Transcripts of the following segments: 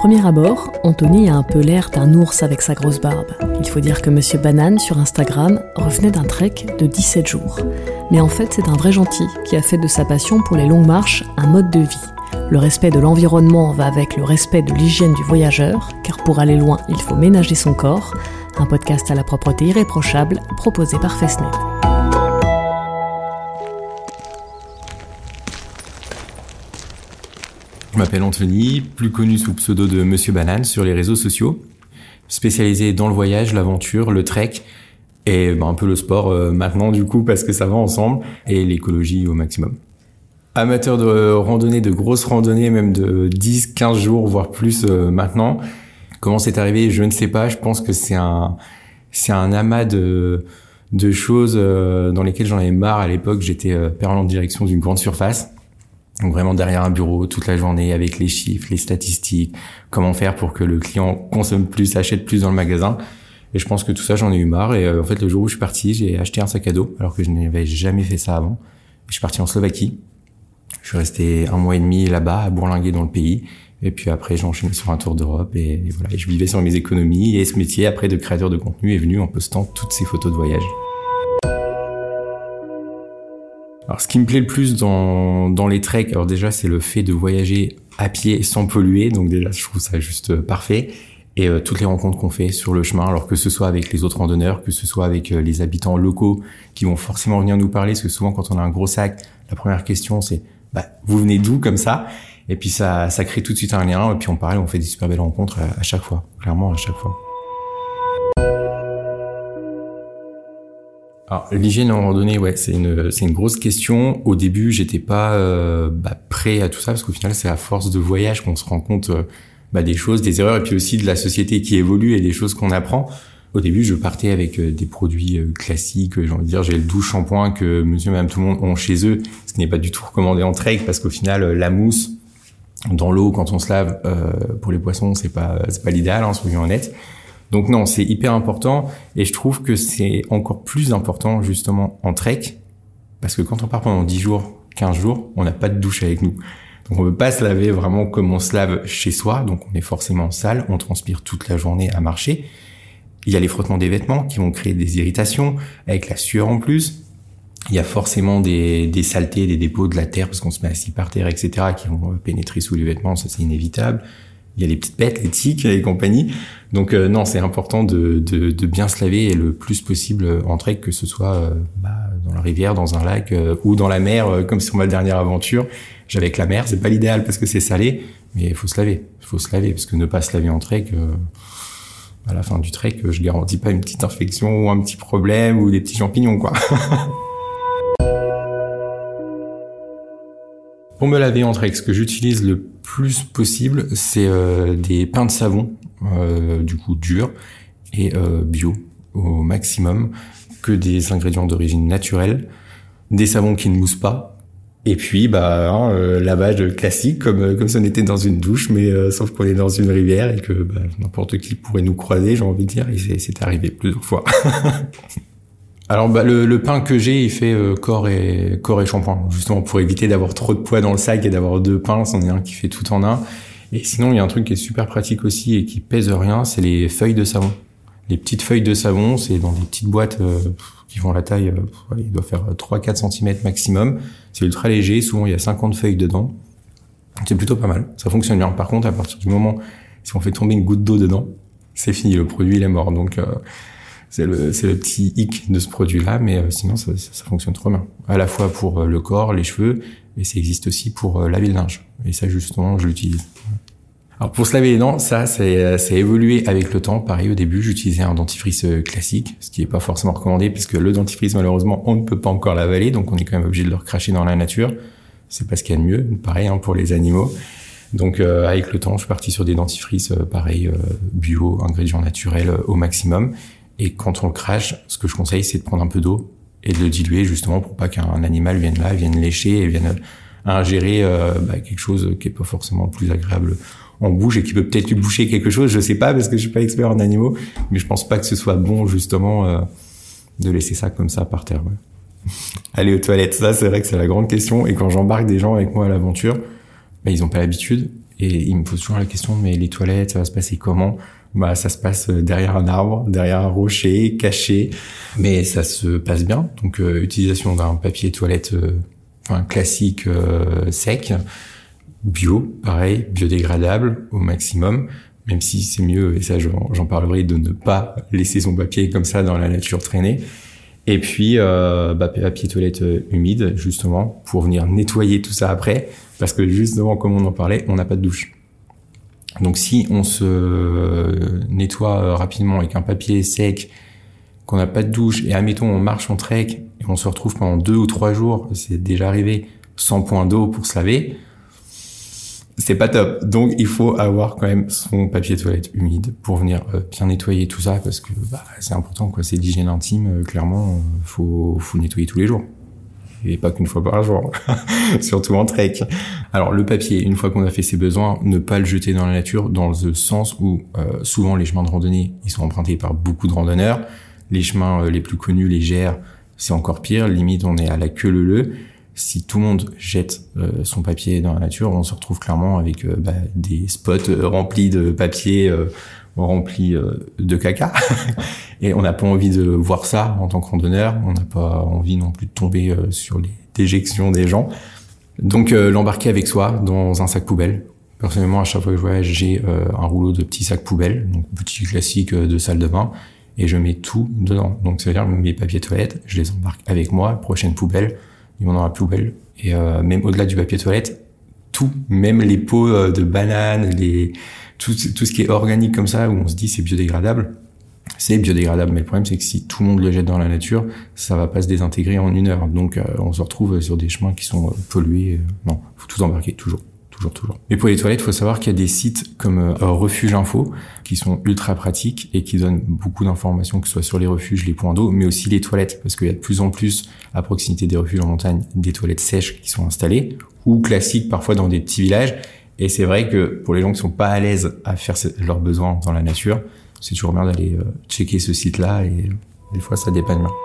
premier abord, Anthony a un peu l'air d'un ours avec sa grosse barbe. Il faut dire que Monsieur Banane, sur Instagram, revenait d'un trek de 17 jours. Mais en fait, c'est un vrai gentil qui a fait de sa passion pour les longues marches un mode de vie. Le respect de l'environnement va avec le respect de l'hygiène du voyageur, car pour aller loin, il faut ménager son corps. Un podcast à la propreté irréprochable, proposé par Festnet. Je m'appelle Anthony, plus connu sous le pseudo de Monsieur Banane sur les réseaux sociaux, spécialisé dans le voyage, l'aventure, le trek et un peu le sport maintenant du coup parce que ça va ensemble, et l'écologie au maximum. Amateur de randonnée, de grosses randonnées, même de 10-15 jours, voire plus maintenant. Comment c'est arrivé, je ne sais pas. Je pense que c'est un amas de choses dans lesquelles j'en avais marre à l'époque. J'étais permanent de direction d'une grande surface. Donc vraiment derrière un bureau toute la journée avec les chiffres, les statistiques, comment faire pour que le client consomme plus, achète plus dans le magasin. Et je pense que tout ça, j'en ai eu marre. Et en fait, le jour où je suis parti, j'ai acheté un sac à dos alors que je n'avais jamais fait ça avant. Je suis parti en Slovaquie. Je suis resté 1 mois et demi là-bas à bourlinguer dans le pays. Et puis après, j'ai enchaîné sur un tour d'Europe et voilà. Et je vivais sur mes économies. Et ce métier, après, de créateur de contenu est venu en postant toutes ces photos de voyage. Alors, ce qui me plaît le plus dans les treks, alors déjà, c'est le fait de voyager à pied sans polluer. Donc déjà, je trouve ça juste parfait. Et toutes les rencontres qu'on fait sur le chemin, alors que ce soit avec les autres randonneurs, que ce soit avec les habitants locaux qui vont forcément venir nous parler, parce que souvent, quand on a un gros sac, la première question, c'est vous venez d'où comme ça? Et puis ça crée tout de suite un lien. Et puis on parle, on fait des super belles rencontres à chaque fois. Clairement, à chaque fois. Alors, l'hygiène en randonnée, ouais, c'est une grosse question. Au début, j'étais pas prêt à tout ça parce qu'au final, c'est à force de voyage qu'on se rend compte des choses, des erreurs et puis aussi de la société qui évolue et des choses qu'on apprend. Au début, je partais avec des produits classiques, j'ai envie de dire, j'ai le doux shampoing que monsieur et madame tout le monde ont chez eux, ce qui n'est pas du tout recommandé en trek parce qu'au final, la mousse dans l'eau quand on se lave pour les poissons, c'est pas l'idéal, soyons honnêtes. Donc non, c'est hyper important et je trouve que c'est encore plus important justement en trek parce que quand on part pendant 10 jours, 15 jours, on n'a pas de douche avec nous. Donc on peut pas se laver vraiment comme on se lave chez soi, donc on est forcément sale, on transpire toute la journée à marcher. Il y a les frottements des vêtements qui vont créer des irritations avec la sueur en plus. Il y a forcément des saletés, des dépôts de la terre parce qu'on se met assis par terre, etc. qui vont pénétrer sous les vêtements, ça c'est inévitable. Il y a les petites bêtes, les tiques et compagnie. Donc non, c'est important de bien se laver et le plus possible en trek, que ce soit dans la rivière, dans un lac ou dans la mer, comme sur ma dernière aventure. J'avais que la mer, c'est pas l'idéal parce que c'est salé, mais il faut se laver. Il faut se laver parce que ne pas se laver en trek, à la fin du trek, je garantis pas une petite infection ou un petit problème ou des petits champignons, quoi. Pour me laver en trek, ce que j'utilise le plus possible, c'est des pains de savon, du coup durs et bio au maximum, que des ingrédients d'origine naturelle, des savons qui ne moussent pas, et puis lavage classique comme si on était dans une douche, mais sauf qu'on est dans une rivière et que n'importe qui pourrait nous croiser, j'ai envie de dire, et c'est arrivé plusieurs fois. Alors le pain que j'ai, il fait corps et shampoing, justement pour éviter d'avoir trop de poids dans le sac et d'avoir 2 pains, c'en est un qui fait tout en un. Et sinon, il y a un truc qui est super pratique aussi et qui pèse rien, c'est les feuilles de savon. Les petites feuilles de savon, c'est dans des petites boîtes qui font la taille, il doit faire 3-4 cm maximum. C'est ultra léger, souvent il y a 50 feuilles dedans. C'est plutôt pas mal, ça fonctionne bien. Par contre, à partir du moment, si on fait tomber une goutte d'eau dedans, c'est fini, le produit il est mort. Donc c'est le petit hic de ce produit-là, mais sinon ça fonctionne trop bien. À la fois pour le corps, les cheveux, et ça existe aussi pour laver le linge. Et ça justement, je l'utilise. Alors pour se laver les dents, ça c'est évolué avec le temps. Pareil, au début, j'utilisais un dentifrice classique, ce qui est pas forcément recommandé puisque le dentifrice, malheureusement, on ne peut pas encore l'avaler, donc on est quand même obligé de le recracher dans la nature. C'est pas ce qu'il y a de mieux. Pareil pour les animaux. Donc avec le temps, je suis parti sur des dentifrices bio, ingrédients naturels au maximum. Et quand on le crache, ce que je conseille, c'est de prendre un peu d'eau et de le diluer justement pour pas qu'un animal vienne lécher et vienne ingérer quelque chose qui est pas forcément le plus agréable en bouche et qui peut peut-être lui boucher quelque chose, je sais pas parce que je suis pas expert en animaux, mais je pense pas que ce soit bon justement de laisser ça comme ça par terre. Ouais. Aller aux toilettes, ça c'est vrai que c'est la grande question, et quand j'embarque des gens avec moi à l'aventure, ils ont pas l'habitude Et il me pose toujours la question, mais les toilettes, ça va se passer comment? Bah, ça se passe derrière un arbre, derrière un rocher, caché, mais ça se passe bien. Donc, utilisation d'un papier toilette, classique, sec, bio, pareil, biodégradable au maximum, même si c'est mieux, et ça j'en parlerai, de ne pas laisser son papier comme ça dans la nature traîner. Et puis, papier toilette humide, justement, pour venir nettoyer tout ça après, parce que justement, comme on en parlait, on n'a pas de douche. Donc si on se nettoie rapidement avec un papier sec, qu'on n'a pas de douche, et admettons on marche en trek, et on se retrouve pendant 2 ou 3 jours, c'est déjà arrivé, sans point d'eau pour se laver, c'est pas top. Donc il faut avoir quand même son papier toilette humide pour venir bien nettoyer tout ça, parce que c'est important, quoi. C'est l'hygiène intime, clairement, faut nettoyer tous les jours. Et pas qu'une fois par jour, surtout en trek. Alors le papier, une fois qu'on a fait ses besoins, ne pas le jeter dans la nature, dans le sens où souvent les chemins de randonnée, ils sont empruntés par beaucoup de randonneurs. Les chemins les plus connus, les GR, c'est encore pire. Limite, on est à la queue leu-leu. Si tout le monde jette son papier dans la nature, on se retrouve clairement avec des spots remplis de papier, remplis de caca. Et on n'a pas envie de voir ça en tant que randonneur. On n'a pas envie non plus de tomber sur les déjections des gens. Donc l'embarquer avec soi dans un sac poubelle. Personnellement, à chaque fois que je voyage, j'ai un rouleau de petits sacs poubelles, donc petit classique de salle de bain, et je mets tout dedans. Donc ça veut dire que mes papiers toilettes, je les embarque avec moi. Prochaine poubelle, ils vont dans la poubelle. Et même au-delà du papier toilette, tout, même les pots de bananes, tout ce qui est organique comme ça, où on se dit c'est biodégradable, c'est biodégradable. Mais le problème, c'est que si tout le monde le jette dans la nature, ça va pas se désintégrer en 1 heure. Donc on se retrouve sur des chemins qui sont pollués. Non, faut tout embarquer, toujours. Et pour les toilettes, il faut savoir qu'il y a des sites comme Refuge Info qui sont ultra pratiques et qui donnent beaucoup d'informations, que ce soit sur les refuges, les points d'eau, mais aussi les toilettes, parce qu'il y a de plus en plus à proximité des refuges en montagne des toilettes sèches qui sont installées, ou classiques parfois dans des petits villages. Et c'est vrai que pour les gens qui sont pas à l'aise à faire leurs besoins dans la nature, c'est toujours bien d'aller checker ce site-là, et des fois ça dépanne bien.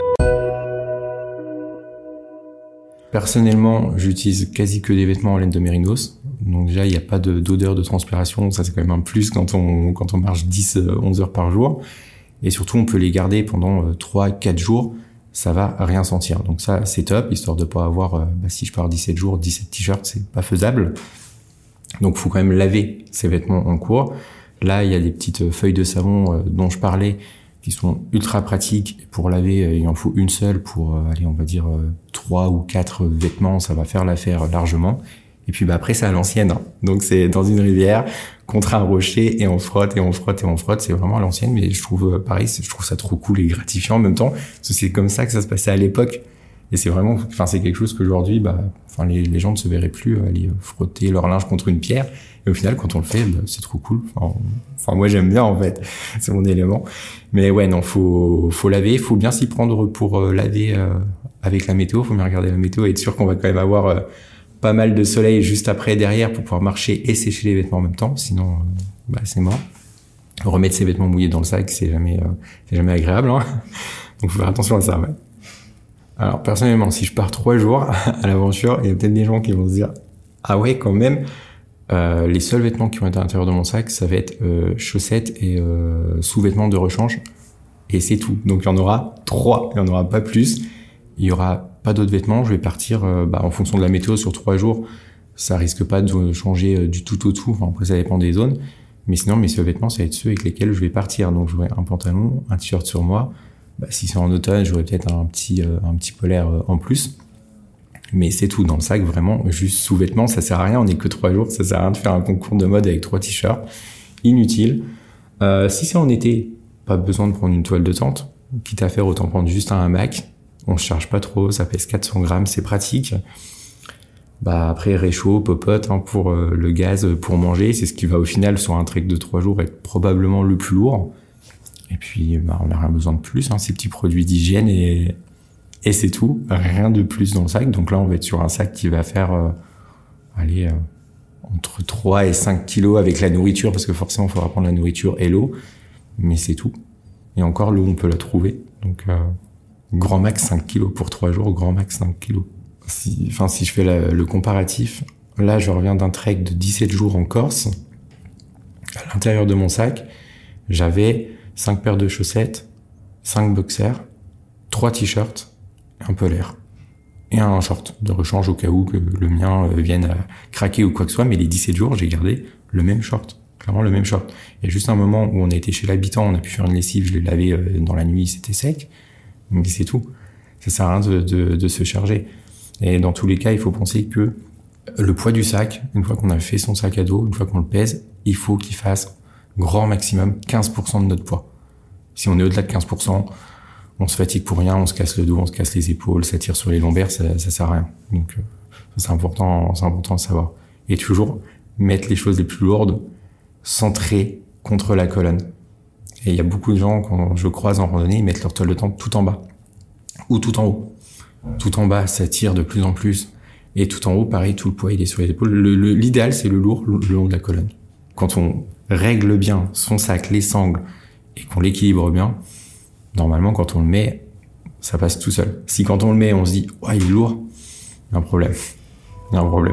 Personnellement, j'utilise quasi que des vêtements en laine de mérinos. Donc déjà, il n'y a pas d'odeur de transpiration. Ça, c'est quand même un plus quand on marche 10-11 heures par jour. Et surtout, on peut les garder pendant 3-4 jours. Ça va rien sentir. Donc ça, c'est top, histoire de pas avoir, si je pars 17 jours, 17 t-shirts, c'est pas faisable. Donc, faut quand même laver ces vêtements en cours. Là, il y a des petites feuilles de savon dont je parlais, qui sont ultra pratiques. Pour laver, il en faut une seule pour, on va dire 3 ou 4 vêtements, ça va faire l'affaire largement. Et puis après, c'est à l'ancienne, hein. Donc c'est dans une rivière, contre un rocher, et on frotte. C'est vraiment à l'ancienne, mais je trouve pareil, je trouve ça trop cool et gratifiant en même temps, parce que c'est comme ça que ça se passait à l'époque. Et c'est vraiment, c'est quelque chose qu'aujourd'hui, les gens ne se verraient plus aller frotter leur linge contre une pierre. Et au final, quand on le fait, c'est trop cool. Moi, j'aime bien, en fait. C'est mon élément. Mais ouais, non, faut laver. Faut bien s'y prendre pour laver avec la météo. Faut bien regarder la météo et être sûr qu'on va quand même avoir pas mal de soleil juste après, derrière, pour pouvoir marcher et sécher les vêtements en même temps. Sinon, c'est mort. Remettre ses vêtements mouillés dans le sac, c'est jamais agréable, hein. Donc, faut faire attention à ça, ouais. Alors, personnellement, si je pars 3 jours à l'aventure, il y a peut-être des gens qui vont se dire, ah ouais, quand même, les seuls vêtements qui vont être à l'intérieur de mon sac, ça va être chaussettes et sous-vêtements de rechange, et c'est tout. Donc, il y en aura 3, il n'y en aura pas plus. Il y aura pas d'autres vêtements. Je vais partir en fonction de la météo sur 3 jours. Ça risque pas de changer du tout au tout. Après, ça dépend des zones. Mais sinon, mes seuls vêtements, ça va être ceux avec lesquels je vais partir. Donc, j'aurai un pantalon, un t-shirt sur moi. Si c'est en automne, j'aurai peut-être un petit polaire en plus. Mais c'est tout dans le sac, vraiment. Juste sous-vêtements, ça sert à rien. On n'est que 3 jours. Ça sert à rien de faire un concours de mode avec 3 t-shirts. Inutile. Si c'est en été, pas besoin de prendre une toile de tente. Quitte à faire, autant prendre juste un hamac. On se charge pas trop. Ça pèse 400 grammes. C'est pratique. Après, réchaud, popote, pour le gaz, pour manger. C'est ce qui va au final, sur un trek de 3 jours, être probablement le plus lourd. Et puis, on n'a rien besoin de plus, ces petits produits d'hygiène, et c'est tout. Rien de plus dans le sac. Donc là, on va être sur un sac qui va faire, entre 3 et 5 kilos avec la nourriture, parce que forcément, il faudra prendre la nourriture et l'eau. Mais c'est tout. Et encore, l'eau, on peut la trouver. Donc, grand max 5 kilos pour 3 jours, grand max 5 kilos. Si je fais le comparatif, Là, je reviens d'un trek de 17 jours en Corse. À l'intérieur de mon sac, j'avais 5 paires de chaussettes, 5 boxers, 3 t-shirts, un polaire et un short de rechange au cas où que le mien vienne à craquer ou quoi que ce soit. Mais les 17 jours, j'ai gardé le même short. Clairement le même short. Il y a juste un moment où on a été chez l'habitant, on a pu faire une lessive, je l'ai lavé dans la nuit, c'était sec. Mais c'est tout. Ça sert à rien de se charger. Et dans tous les cas, il faut penser que le poids du sac, une fois qu'on a fait son sac à dos, une fois qu'on le pèse, il faut qu'il fasse grand maximum 15% de notre poids. Si on est au-delà de 15%, on se fatigue pour rien, on se casse le dos, on se casse les épaules, ça tire sur les lombaires, ça sert à rien. Donc c'est important de savoir. Et toujours mettre les choses les plus lourdes centrées contre la colonne. Et il y a beaucoup de gens, quand je croise en randonnée, ils mettent leur toile de tente tout en bas ou tout en haut. Tout en bas, ça tire de plus en plus. Et tout en haut, pareil, tout le poids, il est sur les épaules. L'idéal, c'est le lourd, le long de la colonne. Quand on règle bien son sac, les sangles, et qu'on l'équilibre bien, normalement, quand on le met, ça passe tout seul. Si quand on le met, on se dit « Ouais, il est lourd », il y a un problème. Il y a un problème.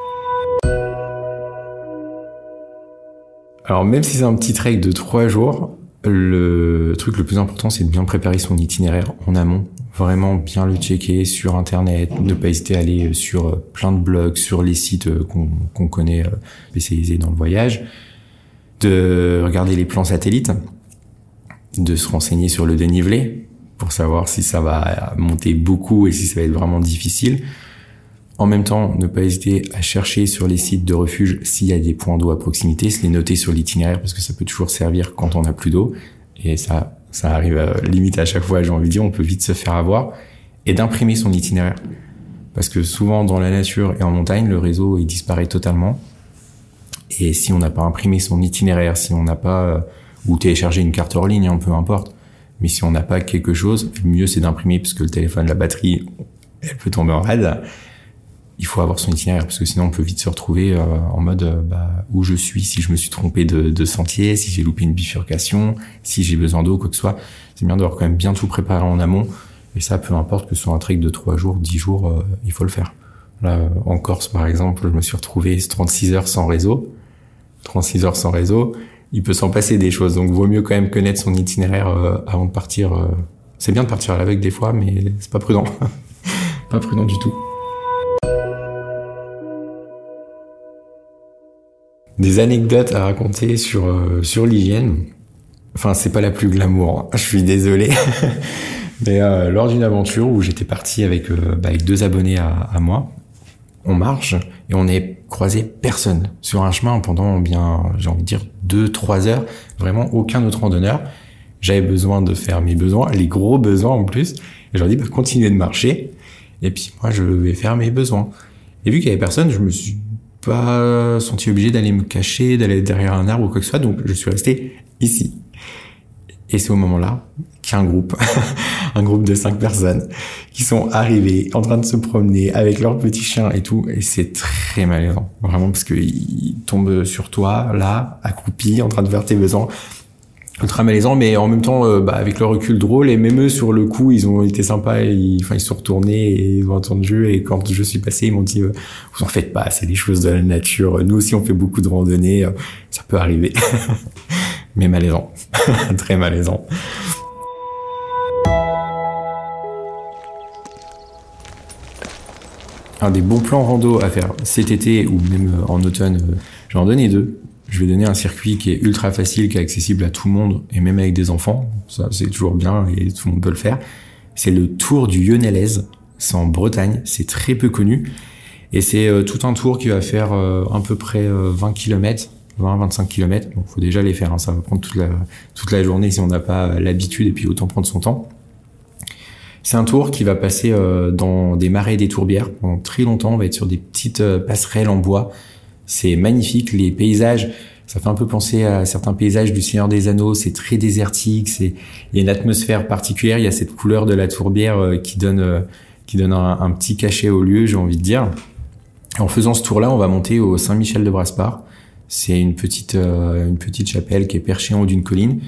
Alors, même si c'est un petit trek de 3 jours, le truc le plus important, c'est de bien préparer son itinéraire en amont. Vraiment bien le checker sur Internet, ne pas hésiter à aller sur plein de blogs, sur les sites qu'on connaît spécialisés dans le voyage, de regarder les plans satellites, de se renseigner sur le dénivelé pour savoir si ça va monter beaucoup et si ça va être vraiment difficile. En même temps, ne pas hésiter à chercher sur les sites de refuge s'il y a des points d'eau à proximité, se les noter sur l'itinéraire parce que ça peut toujours servir quand on n'a plus d'eau. Et ça arrive limite à chaque fois, j'ai envie de dire, on peut vite se faire avoir. Et d'imprimer son itinéraire. Parce que souvent, dans la nature et en montagne, le réseau, il disparaît totalement. Et si on n'a pas imprimé son itinéraire, si on n'a pas, ou téléchargé une carte hors ligne, peu importe. Mais si on n'a pas quelque chose, le mieux c'est d'imprimer parce que le téléphone, la batterie, elle peut tomber en rade. Il faut avoir son itinéraire parce que sinon on peut vite se retrouver en mode où je suis, si je me suis trompé de sentier, si j'ai loupé une bifurcation, si j'ai besoin d'eau, quoi que ce soit. C'est bien d'avoir quand même bien tout préparé en amont. Et ça, peu importe que ce soit un trek de 3 jours, 10 jours, il faut le faire. Là, en Corse, par exemple, je me suis retrouvé 36 heures sans réseau. 36 heures sans réseau, il peut s'en passer des choses. Donc, vaut mieux quand même connaître son itinéraire avant de partir. C'est bien de partir à la veille des fois, mais c'est pas prudent. Pas prudent du tout. Des anecdotes à raconter sur l'hygiène. Enfin, c'est pas la plus glamour, hein. Je suis désolé. Mais lors d'une aventure où j'étais parti avec 2 abonnés à moi, on marche et on n'est croisé personne sur un chemin pendant bien, j'ai envie de dire 2-3 heures. Vraiment aucun autre randonneur. J'avais besoin de faire mes besoins, les gros besoins en plus. Et je leur dis continuez de marcher. Et puis moi je vais faire mes besoins. Et vu qu'il y avait personne, je me suis pas senti obligé d'aller me cacher, d'aller derrière un arbre ou quoi que ce soit, donc je suis resté ici. Et c'est au moment-là qu'il y a un groupe de 5 personnes qui sont arrivées en train de se promener avec leur petit chien et tout, et c'est très malaisant, vraiment, parce qu'ils tombent sur toi, là, accroupi, en train de faire tes besoins. Ultra malaisant, mais en même temps, avec le recul drôle, et même eux, sur le coup, ils ont été sympas, ils se sont retournés, et ils ont entendu, et quand je suis passé, ils m'ont dit, vous en faites pas, c'est des choses de la nature, nous aussi on fait beaucoup de randonnées, ça peut arriver. Mais malaisant. Très malaisant. Un des bons plans rando à faire cet été, ou même en automne, je vais en donner 2. Je vais donner un circuit qui est ultra facile, qui est accessible à tout le monde, et même avec des enfants. Ça, c'est toujours bien, et tout le monde peut le faire. C'est le Tour du Yonelaise. C'est en Bretagne. C'est très peu connu. Et c'est tout un tour qui va faire à peu près 20 km. 20-25 km, donc faut déjà les faire, hein. Ça va prendre toute la journée si on n'a pas l'habitude, et puis autant prendre son temps. C'est un tour qui va passer dans des marais et des tourbières pendant très longtemps. On va être sur des petites passerelles en bois. C'est magnifique, les paysages, ça fait un peu penser à certains paysages du Seigneur des Anneaux. C'est très désertique, il y a une atmosphère particulière, il y a cette couleur de la tourbière qui donne un petit cachet au lieu, j'ai envie de dire. En faisant ce tour-là, on va monter au Saint-Michel de Brasparts. C'est une petite chapelle qui est perchée en haut d'une colline.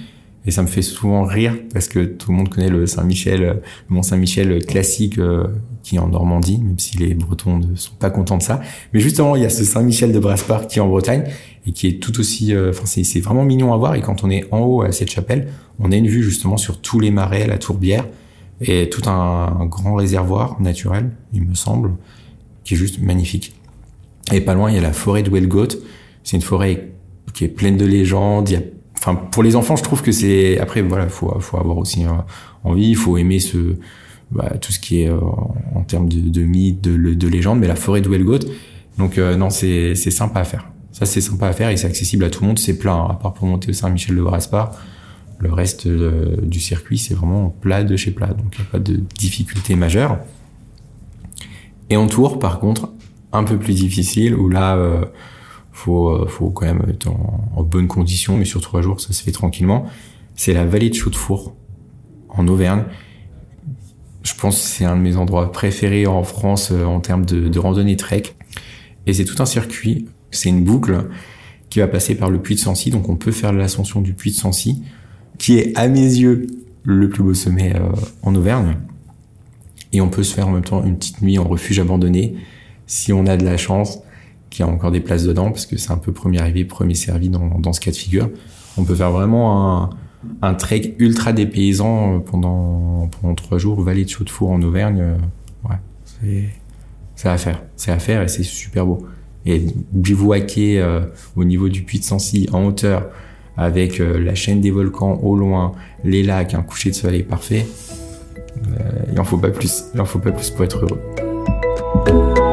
Et ça me fait souvent rire parce que tout le monde connaît le Saint-Michel, le Mont Saint-Michel classique qui est en Normandie, même si les Bretons ne sont pas contents de ça. Mais justement, il y a ce Saint-Michel de Brasparts qui est en Bretagne et qui est tout aussi... c'est vraiment mignon à voir. Et quand on est en haut à cette chapelle, on a une vue justement sur tous les marais, la tourbière et tout un grand réservoir naturel, il me semble, qui est juste magnifique. Et pas loin, il y a la forêt de Welgoat. C'est une forêt qui est pleine de légendes. Pour les enfants, je trouve que c'est... Après, voilà, faut avoir aussi envie, il faut aimer tout ce qui est en termes de mythes, de légendes, mais la forêt de Welgoat. Donc, non, c'est sympa à faire. Ça, c'est sympa à faire et c'est accessible à tout le monde. C'est plat, hein, à part pour monter au Saint-Michel de Brasparts. Le reste du circuit, c'est vraiment plat de chez plat. Donc, il n'y a pas de difficulté majeure. Et en tour, par contre, un peu plus difficile, où là... faut quand même être en bonne condition, mais sur 3 jours, ça se fait tranquillement. C'est la vallée de Chaudefour, en Auvergne. Je pense que c'est un de mes endroits préférés en France en termes de randonnée trek. Et c'est tout un circuit. C'est une boucle qui va passer par le Puy de Sancy. Donc on peut faire l'ascension du Puy de Sancy, qui est à mes yeux le plus beau sommet en Auvergne. Et on peut se faire en même temps une petite nuit en refuge abandonné, si on a de la chance, qu'il y a encore des places dedans, parce que c'est un peu premier arrivé, premier servi dans ce cas de figure. On peut faire vraiment un trek ultra dépaysant pendant 3 jours, vallée de Chaudefour en Auvergne. C'est à faire. C'est à faire et c'est super beau. Et bivouaquer au niveau du Puy de Sancy en hauteur, avec la chaîne des volcans au loin, les lacs, un coucher de soleil parfait, il en faut pas plus. Il en faut pas plus pour être heureux.